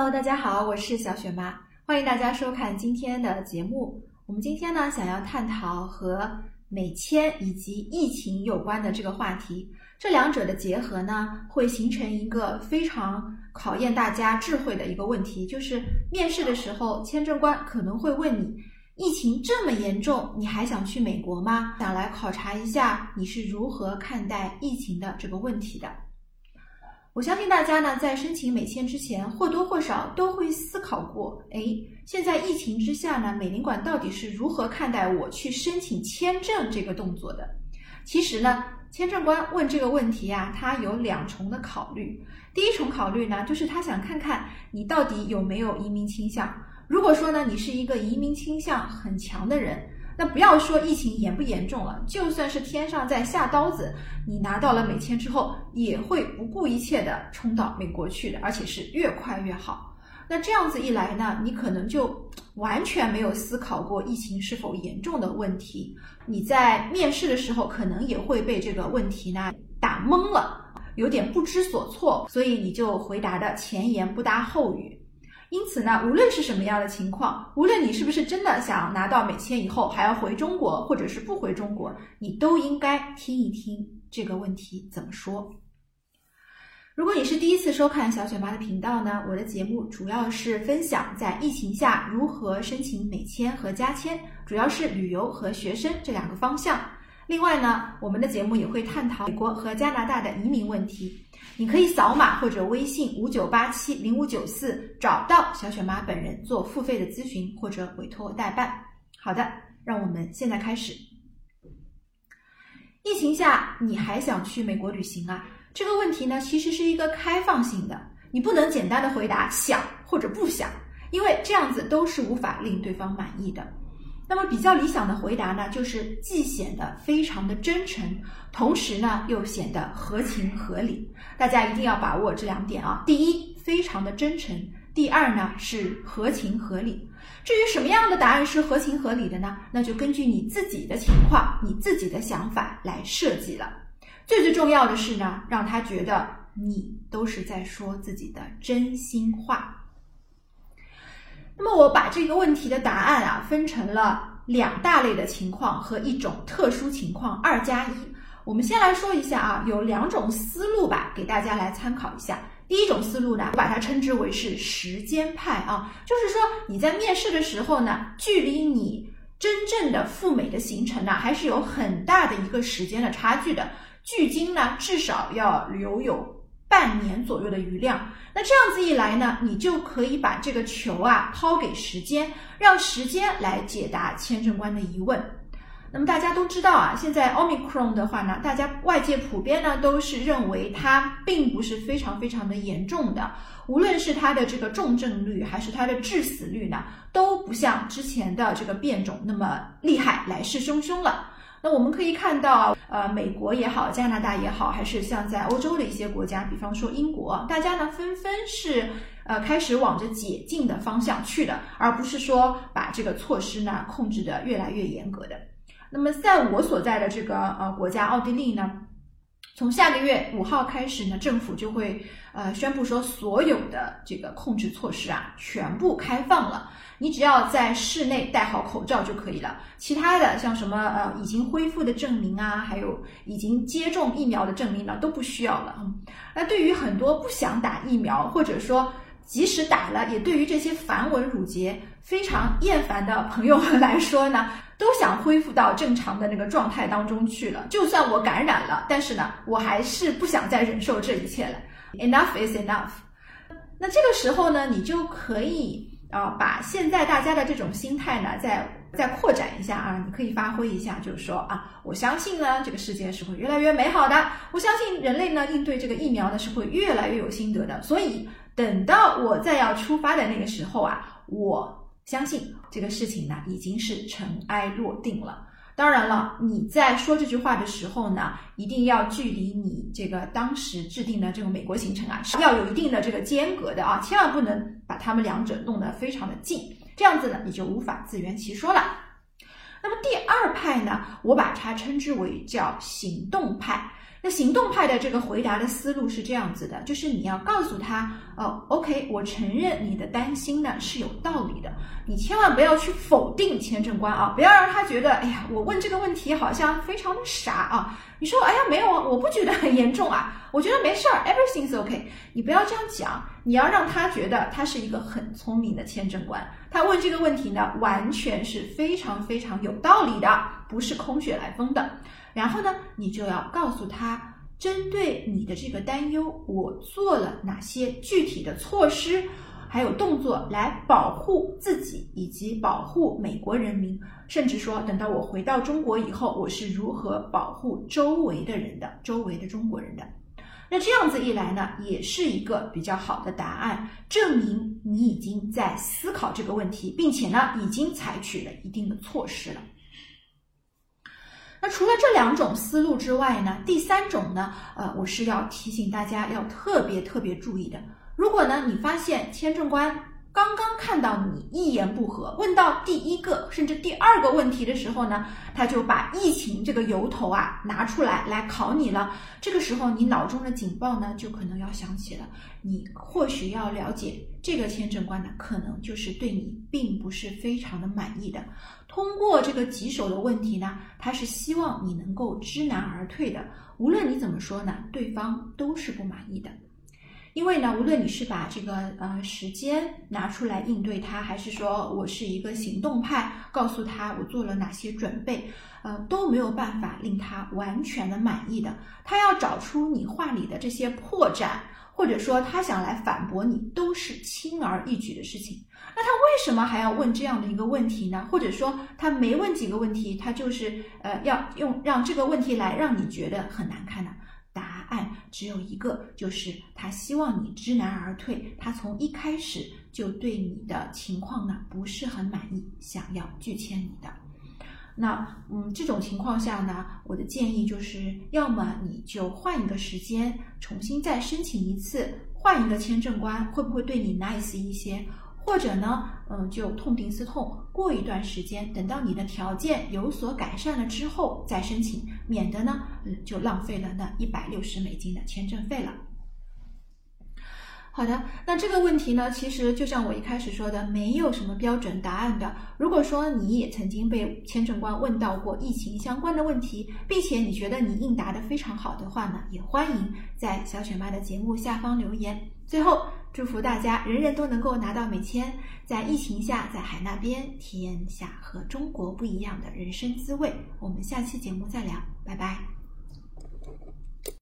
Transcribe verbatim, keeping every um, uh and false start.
Hello， 大家好，我是小雪妈，欢迎大家收看今天的节目。我们今天呢，想要探讨和美签以及疫情有关的这个话题，这两者的结合呢，会形成一个非常考验大家智慧的一个问题，就是面试的时候，签证官可能会问你，疫情这么严重，你还想去美国吗？想来考察一下你是如何看待疫情的这个问题的。我相信大家呢，在申请美签之前，或多或少都会思考过，诶，现在疫情之下呢，美领馆到底是如何看待我去申请签证这个动作的？其实呢，签证官问这个问题啊，他有两重的考虑。第一重考虑呢，就是他想看看你到底有没有移民倾向。如果说呢，你是一个移民倾向很强的人，那不要说疫情严不严重了，就算是天上在下刀子，你拿到了美签之后，也会不顾一切的冲到美国去的，而且是越快越好。那这样子一来呢，你可能就完全没有思考过疫情是否严重的问题，你在面试的时候可能也会被这个问题呢打懵了，有点不知所措，所以你就回答的前言不搭后语。因此呢，无论是什么样的情况，无论你是不是真的想拿到美签以后还要回中国，或者是不回中国，你都应该听一听这个问题怎么说。如果你是第一次收看小雪妈的频道呢，我的节目主要是分享在疫情下如何申请美签和加签，主要是旅游和学生这两个方向。另外呢，我们的节目也会探讨美国和加拿大的移民问题。你可以扫码或者微信五九八七零五九四找到小雪妈本人做付费的咨询或者委托代办。好的，让我们现在开始。疫情下你还想去美国旅行啊？这个问题呢，其实是一个开放性的，你不能简单的回答想或者不想，因为这样子都是无法令对方满意的。那么比较理想的回答呢，就是既显得非常的真诚，同时呢又显得合情合理。大家一定要把握这两点啊。第一，非常的真诚；第二呢是合情合理。至于什么样的答案是合情合理的呢？那就根据你自己的情况、你自己的想法来设计了。最最重要的是呢，让他觉得你都是在说自己的真心话。那么我把这个问题的答案啊分成了两大类的情况和一种特殊情况二加一。我们先来说一下啊，有两种思路吧，给大家来参考一下。第一种思路呢，我把它称之为是时间派啊，就是说你在面试的时候呢，距离你真正的赴美的行程呢，还是有很大的一个时间的差距的。距今呢，至少要留有半年左右的余量。那这样子一来呢，你就可以把这个球啊抛给时间，让时间来解答签证官的疑问。那么大家都知道啊，现在 Omicron 的话呢，大家外界普遍呢都是认为它并不是非常非常的严重的，无论是它的这个重症率还是它的致死率呢，都不像之前的这个变种那么厉害，来势汹汹了。那我们可以看到，呃，美国也好，加拿大也好，还是像在欧洲的一些国家，比方说英国，大家呢纷纷是呃开始往着解禁的方向去的，而不是说把这个措施呢控制的越来越严格的。那么在我所在的这个呃国家奥地利呢，从下个月五号开始呢，政府就会呃宣布说，所有的这个控制措施啊全部开放了。你只要在室内戴好口罩就可以了，其他的像什么呃已经恢复的证明啊，还有已经接种疫苗的证明呢，都不需要了。嗯，那对于很多不想打疫苗，或者说即使打了，也对于这些繁文缛节非常厌烦的朋友们来说呢，都想恢复到正常的那个状态当中去了。就算我感染了，但是呢，我还是不想再忍受这一切了。Enough is enough。那这个时候呢，你就可以啊，把现在大家的这种心态呢，再再扩展一下啊，你可以发挥一下，就是说啊，我相信呢，这个世界是会越来越美好的，我相信人类呢，应对这个疫苗呢，是会越来越有心得的，所以等到我再要出发的那个时候啊，我相信这个事情呢，已经是尘埃落定了。当然了，你在说这句话的时候呢，一定要距离你这个当时制定的这个美国行程啊，是要有一定的这个间隔的啊，千万不能把他们两者弄得非常的近，这样子呢，你就无法自圆其说了。那么第二派呢，我把它称之为叫行动派。 那行动派的这个回答的思路是这样子的，就是你要告诉他，哦 ，OK， 我承认你的担心呢是有道理的，你千万不要去否定签证官啊，不要让他觉得，哎呀，我问这个问题好像非常的傻啊。你说，哎呀，没有啊，我不觉得很严重啊，我觉得没事儿 ，everything's OK。你不要这样讲，你要让他觉得他是一个很聪明的签证官，他问这个问题呢，完全是非常非常有道理的，不是空穴来风的。然后呢，你就要告诉他，针对你的这个担忧，我做了哪些具体的措施，还有动作来保护自己以及保护美国人民，甚至说等到我回到中国以后，我是如何保护周围的人的，周围的中国人的。那这样子一来呢，也是一个比较好的答案，证明你已经在思考这个问题，并且呢，已经采取了一定的措施了。那除了这两种思路之外呢，第三种呢，呃，我是要提醒大家要特别特别注意的。如果呢，你发现签证官刚刚看到你一言不合，问到第一个甚至第二个问题的时候呢，他就把疫情这个由头啊拿出来来考你了。这个时候你脑中的警报呢就可能要响起了，你或许要了解这个签证官呢可能就是对你并不是非常的满意的。通过这个棘手的问题呢，他是希望你能够知难而退的，无论你怎么说呢，对方都是不满意的。因为呢，无论你是把这个呃时间拿出来应对他，还是说我是一个行动派，告诉他我做了哪些准备，呃都没有办法令他完全的满意的。他要找出你话里的这些破绽，或者说他想来反驳你，都是轻而易举的事情。那他为什么还要问这样的一个问题呢？或者说他没问几个问题，他就是呃要用让这个问题来让你觉得很难看呢？答案只有一个，就是他希望你知难而退，他从一开始就对你的情况呢不是很满意，想要拒签你的。那嗯，这种情况下呢，我的建议就是，要么你就换一个时间，重新再申请一次，换一个签证官，会不会对你 nice 一些？或者呢，嗯，就痛定思痛，过一段时间，等到你的条件有所改善了之后再申请，免得呢，嗯，就浪费了那一百六十美金的签证费了。好的，那这个问题呢，其实就像我一开始说的，没有什么标准答案的。如果说你也曾经被签证官问到过疫情相关的问题，并且你觉得你应答的非常好的话呢，也欢迎在小雪妈的节目下方留言。最后，祝福大家人人都能够拿到美签，在疫情下，在海那边体验下和中国不一样的人生滋味。我们下期节目再聊，拜拜。